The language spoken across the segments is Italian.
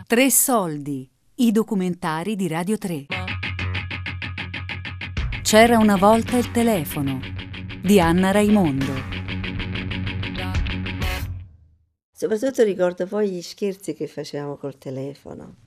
Tre soldi, i documentari di Radio 3. C'era una volta il telefono di Anna Raimondo. Soprattutto ricordo poi gli scherzi che facevamo col telefono.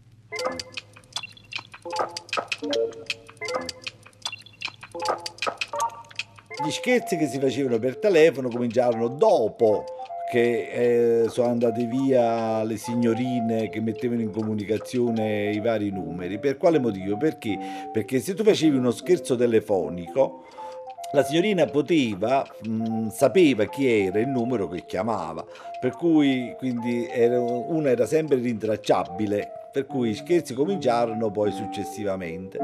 Gli scherzi che si facevano per telefono cominciarono dopo che sono andate via le signorine che mettevano in comunicazione i vari numeri. Per quale motivo? Perché se tu facevi uno scherzo telefonico, la signorina sapeva chi era il numero che chiamava, per cui quindi una era sempre rintracciabile, per cui i scherzi cominciarono poi successivamente.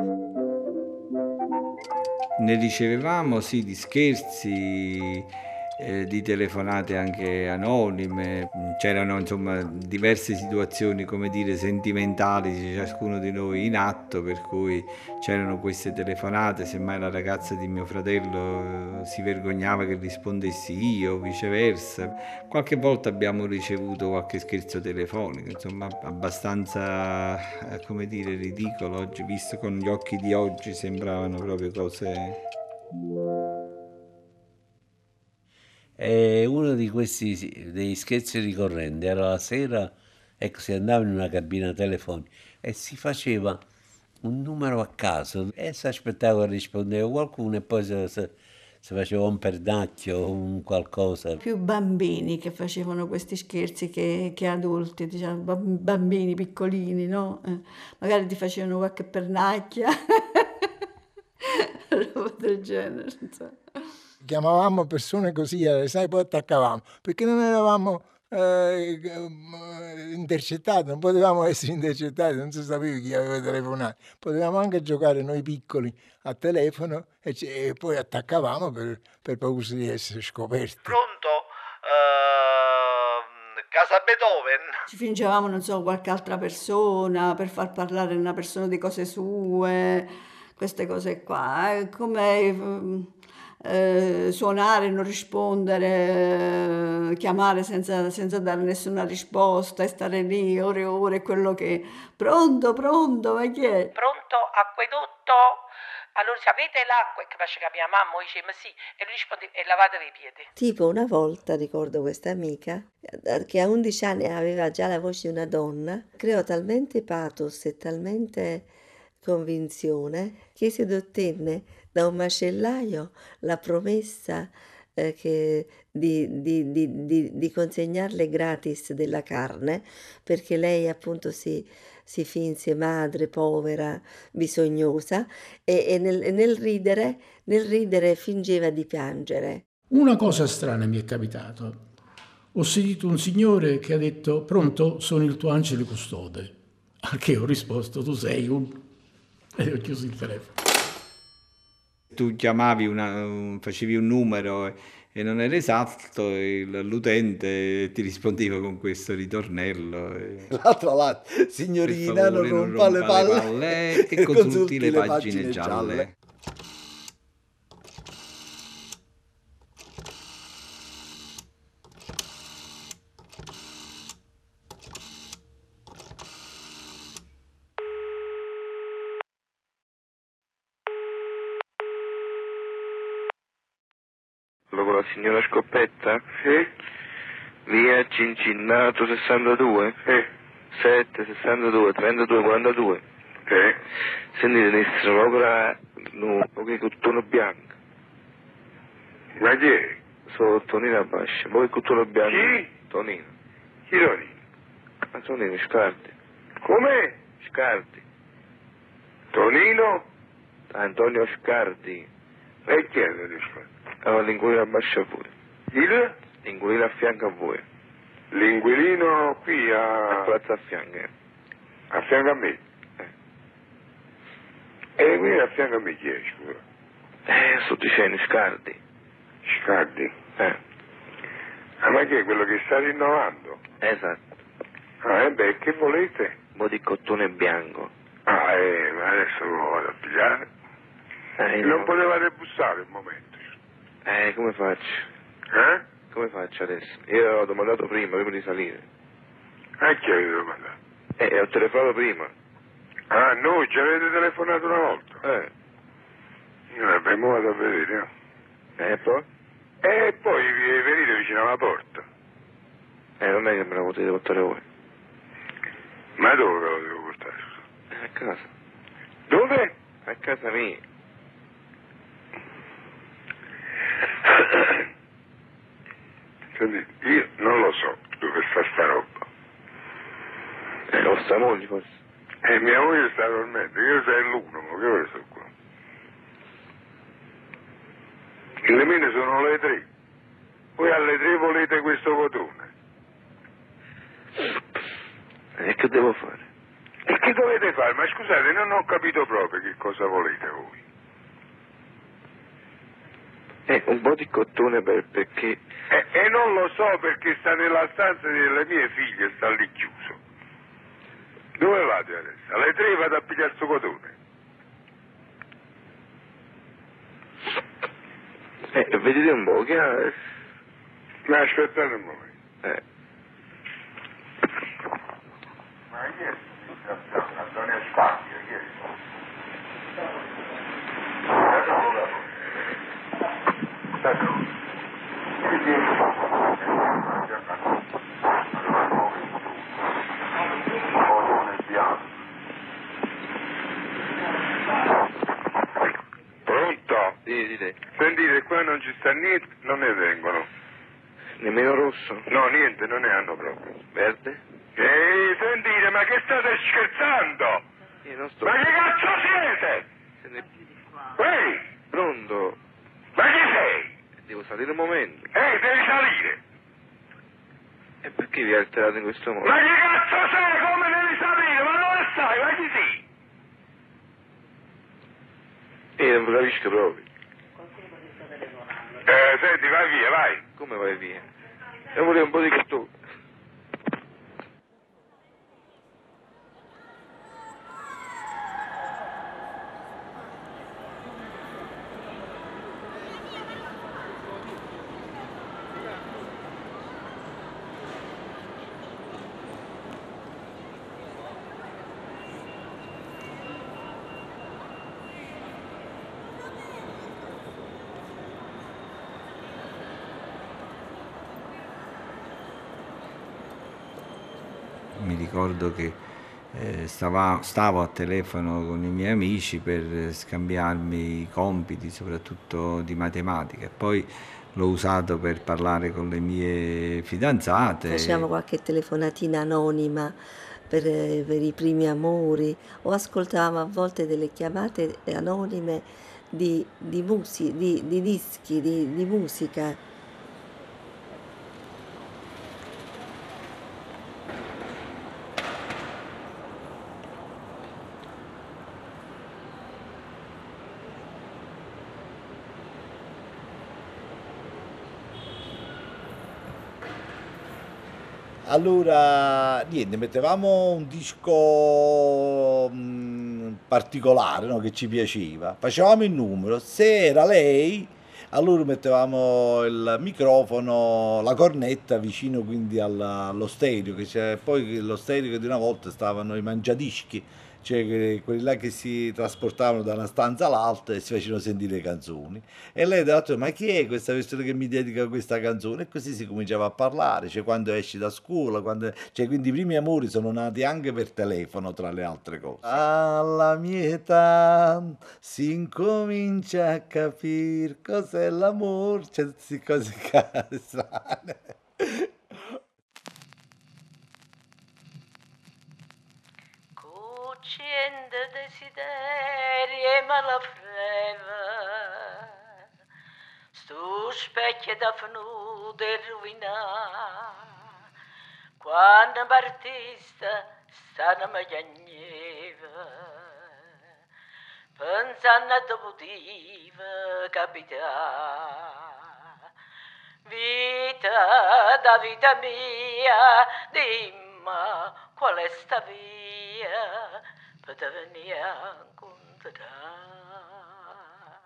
Ne ricevevamo sì di scherzi, di telefonate anche anonime, c'erano insomma diverse situazioni, come dire, sentimentali di ciascuno di noi in atto, per cui c'erano queste telefonate, semmai la ragazza di mio fratello si vergognava che rispondessi io, viceversa. Qualche volta abbiamo ricevuto qualche scherzo telefonico, insomma abbastanza, come dire, ridicolo oggi, visto con gli occhi di oggi sembravano proprio cose. E uno di questi dei scherzi ricorrenti era la sera, ecco, si andava in una cabina telefonica e si faceva un numero a caso e si aspettava che rispondeva qualcuno e poi si faceva un pernacchio, un qualcosa. Più bambini che facevano questi scherzi che adulti, diciamo, bambini piccolini, no? Magari ti facevano qualche pernacchia, roba del genere, insomma. Chiamavamo persone così, sai, poi attaccavamo, perché non eravamo intercettati, non potevamo essere intercettati, non si sapeva chi aveva telefonato. Potevamo anche giocare noi piccoli a telefono e poi attaccavamo per paura di essere scoperti. Pronto? Casa Beethoven? Ci fingevamo, non so, qualche altra persona per far parlare una persona di cose sue, queste cose qua, come suonare, non rispondere, chiamare senza dare nessuna risposta e stare lì ore e ore, quello che... Pronto, ma chi è? Pronto, acquedotto? Allora, se avete l'acqua, che faceva mia mamma, diceva sì, e lui rispondeva, e lavatevi i piedi. Tipo una volta, ricordo questa amica, che a 11 anni aveva già la voce di una donna, creò talmente pathos e talmente convinzione che si ottenne da un macellaio la promessa di consegnarle gratis della carne, perché lei appunto si finse madre, povera, bisognosa, e nel ridere fingeva di piangere. Una cosa strana mi è capitato. Ho sentito un signore che ha detto: pronto, sono il tuo angelo custode. Al che ho risposto: tu sei un... e ho chiuso il telefono. Tu chiamavi, facevi un numero e non era esatto, l'utente ti rispondeva con questo ritornello. L'altra signorina, non rompa le palle e consulti le pagine gialle. Con la signora Scoppetta? Sì. Via Cincinnato 62? Sì. 7, 62, 32, 42? Sì. Sentite, Nistro, l'opera che cotone bianco. Ma chi è? Sono Tonino Abbascia, poi cotone bianco. Chi? Tonino. Chi Tonino? Ma Tonino, Scardi. Come? Scardi. Tonino? Antonio Scardi. E chi è Tonino Scardi? Allora, l'inquilino Abbascia a voi. Il? L'inquilino a fianco a voi. L'inquilino qui a... A Palazzo a fianco. A fianco a me? E qui a fianco a me chi è, scusa? Sto dicendo Scardi. Scardi? Ma che è quello che sta rinnovando? Esatto. Beh, che volete? Un po' di cotone bianco. Ma adesso lo vado a pigliare. Non potevate bussare un momento. Come faccio? Come faccio adesso? Io l'ho domandato prima di salire. Chi avete domandato? Ho telefonato prima. Ah, noi ci avete telefonato una volta? Abbiamo vado a vedere, no? E poi? E poi venite vicino alla porta. Non è che me la potete portare voi. Ma dove ve lo devo portare? A casa. Dove? A casa mia. Senti, io non lo so dove sta roba. Vostra moglie forse? Mia moglie sta dormendo, io sei l'uno, ma che ore sto qua? Le mine sono le 3. Voi alle 3 volete questo cotone. E che devo fare? E che dovete fare? Ma scusate, non ho capito proprio che cosa volete voi. Un po' di cotone perché... E non lo so perché sta nella stanza delle mie figlie, sta lì chiuso. Dove vado adesso? Alle 3 vado a pigliare sto cotone. Vedete un po' che... Ma aspettate un momento. Ma chi è? Antonio Spacchio, chi è? Pronto? Dite. Sentite, qua non ci sta niente, non ne vengono. Nemmeno rosso? No, niente, non ne hanno proprio. Verde? Ehi, sentite, ma che state scherzando? Io non sto... Ma che cazzo siete? Ehi! Pronto? Ma chi sei? Devo salire un momento. Devi salire! E perché vi alterate in questo modo? Ma che cazzo sei? Come devi salire? Ma dove stai? Ma chi sei? Io non vi capisco proprio. Senti, vai via, vai. Come vai via? Io volevo un po' di cotone. Mi ricordo che stavo a telefono con i miei amici per scambiarmi i compiti, soprattutto di matematica. Poi l'ho usato per parlare con le mie fidanzate. Facevamo qualche telefonatina anonima per i primi amori, o ascoltavamo a volte delle chiamate anonime di dischi, di musica. Allora, niente, mettevamo un disco particolare, no, che ci piaceva, facevamo il numero, se era lei, allora mettevamo il microfono, la cornetta vicino quindi allo stereo, che c'è, poi lo stereo che di una volta stavano i mangiadischi, cioè quelli là che si trasportavano da una stanza all'altra e si facevano sentire le canzoni. E lei ha detto, ma chi è questa persona che mi dedica questa canzone? E così si cominciava a parlare, cioè quando esci da scuola, cioè, quindi i primi amori sono nati anche per telefono, tra le altre cose. Alla mia età si incomincia a capire cos'è l'amore, cioè queste cose strane. Cucendo desideri e malafreva, sto specchio da venuto e rovinato, quando partista stanno mi chiagneva, pensando a dopo poteva capitare, vita da vita mia, dimmi qual è sta via per te venire a incontrare.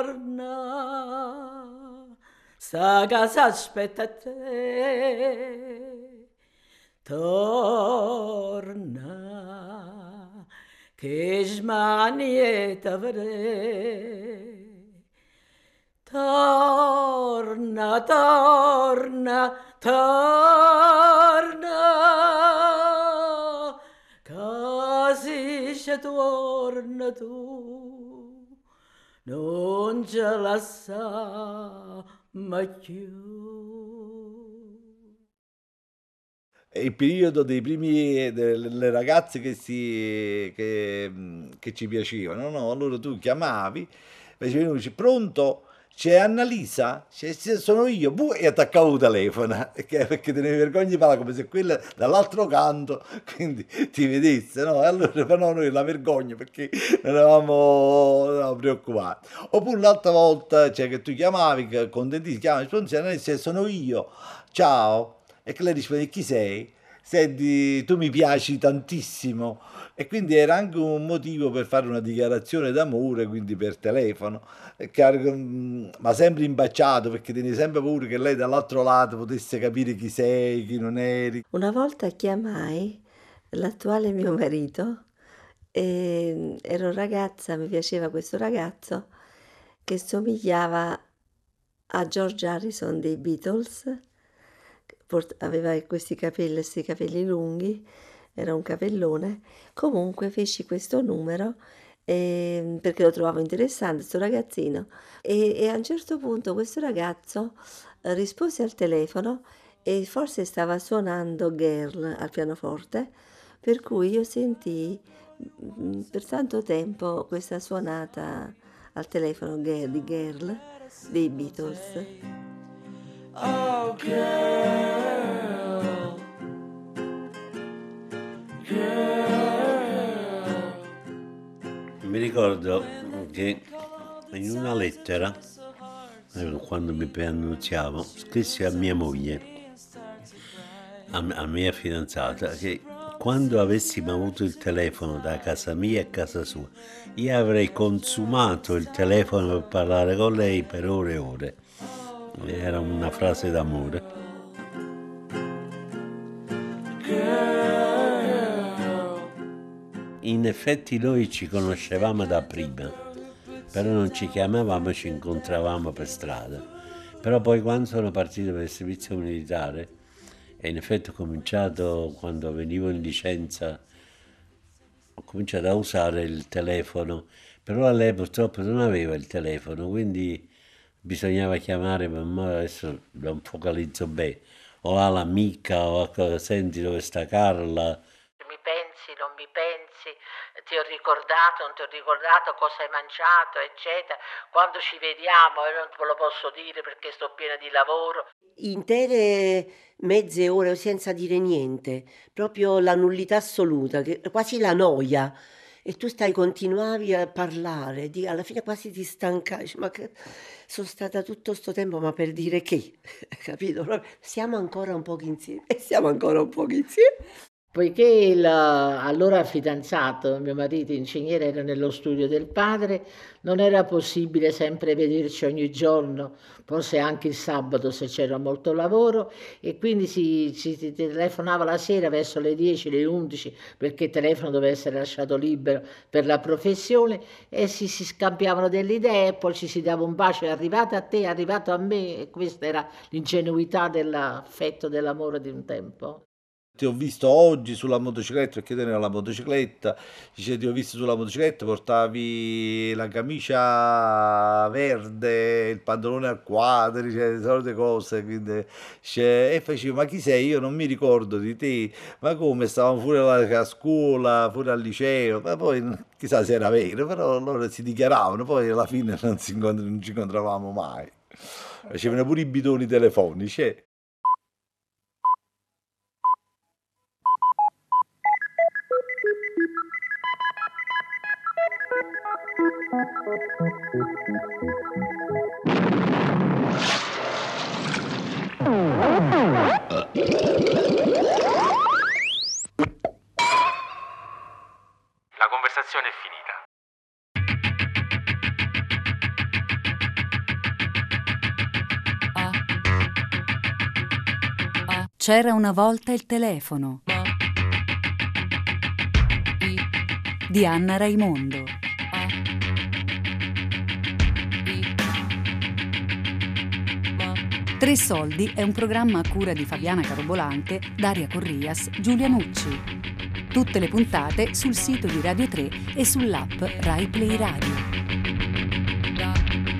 Torna, sta casa aspetta te, torna, che smanie t'avrei. Torna, torna, torna, così ci torna tu, non ce la sa più. È il periodo dei primi delle ragazze che ci piacevano, no? Allora tu chiamavi, dici pronto? C'è Annalisa? Sono io, e attaccavo il telefono, perché te ne vergogni di parlare come se quella dall'altro canto, quindi ti vedesse, no? E allora però noi la vergogna perché non eravamo preoccupati. Oppure un'altra volta, cioè che tu chiamavi, contentissimo, chiamavi, Annalisa, sono io, ciao. E che lei risponde, chi sei? Senti, tu mi piaci tantissimo. E quindi era anche un motivo per fare una dichiarazione d'amore, quindi per telefono, ma sempre impacciato, perché tenevi sempre paura che lei dall'altro lato potesse capire chi sei, chi non eri. Una volta chiamai l'attuale mio marito e ero ragazza, mi piaceva questo ragazzo che somigliava a George Harrison dei Beatles. Aveva questi capelli lunghi, era un capellone. Comunque feci questo numero perché lo trovavo interessante, questo ragazzino, e a un certo punto questo ragazzo rispose al telefono e forse stava suonando Girl al pianoforte, per cui io sentii per tanto tempo questa suonata al telefono di Girl dei Beatles. Oh girl, girl. Mi ricordo che in una lettera, quando mi preannunziavo, scrissi a mia moglie, a mia fidanzata, che quando avessimo avuto il telefono da casa mia a casa sua, io avrei consumato il telefono per parlare con lei per ore e ore. Era una frase d'amore. In effetti noi ci conoscevamo da prima, però non ci chiamavamo, ci incontravamo per strada. Però poi quando sono partito per il servizio militare, e in effetti ho cominciato, quando venivo in licenza, ho cominciato a usare il telefono, però lei purtroppo non aveva il telefono, quindi bisognava chiamare, ma adesso non focalizzo bene, o all'amica, o senti dove sta Carla. Mi pensi, non mi pensi, ti ho ricordato, non ti ho ricordato, cosa hai mangiato, eccetera. Quando ci vediamo, non te lo posso dire perché sto piena di lavoro. Intere mezze ore senza dire niente, proprio la nullità assoluta, quasi la noia. E tu continuavi a parlare, alla fine quasi ti stancavi, ma che sono stata tutto sto tempo, ma per dire che, capito? Siamo ancora un po' insieme, e siamo ancora un po' insieme. Poiché allora fidanzato, mio marito ingegnere, era nello studio del padre, non era possibile sempre vederci ogni giorno, forse anche il sabato se c'era molto lavoro, e quindi si telefonava la sera verso le 10, le 11, perché il telefono doveva essere lasciato libero per la professione, e si scambiavano delle idee, e poi ci si dava un bacio, è arrivato a te, è arrivato a me, e questa era l'ingenuità dell'affetto, dell'amore di un tempo. Ti ho visto oggi sulla motocicletta, perché tenevo la motocicletta, dice, ti ho visto sulla motocicletta, portavi la camicia verde, il pantalone a quadri, cioè, le solite cose, quindi, e facevo, ma chi sei? Io non mi ricordo di te, ma come, stavamo fuori a scuola, fuori al liceo, ma poi chissà se era vero, però loro si dichiaravano, poi alla fine non ci incontravamo mai, facevano pure i bidoni telefonici. La conversazione è finita. C'era una volta il telefono di Anna Raimondo. Tre soldi è un programma a cura di Fabiana Carobolante, Daria Corrias, Giulia Nucci. Tutte le puntate sul sito di Radio 3 e sull'app Rai Play Radio.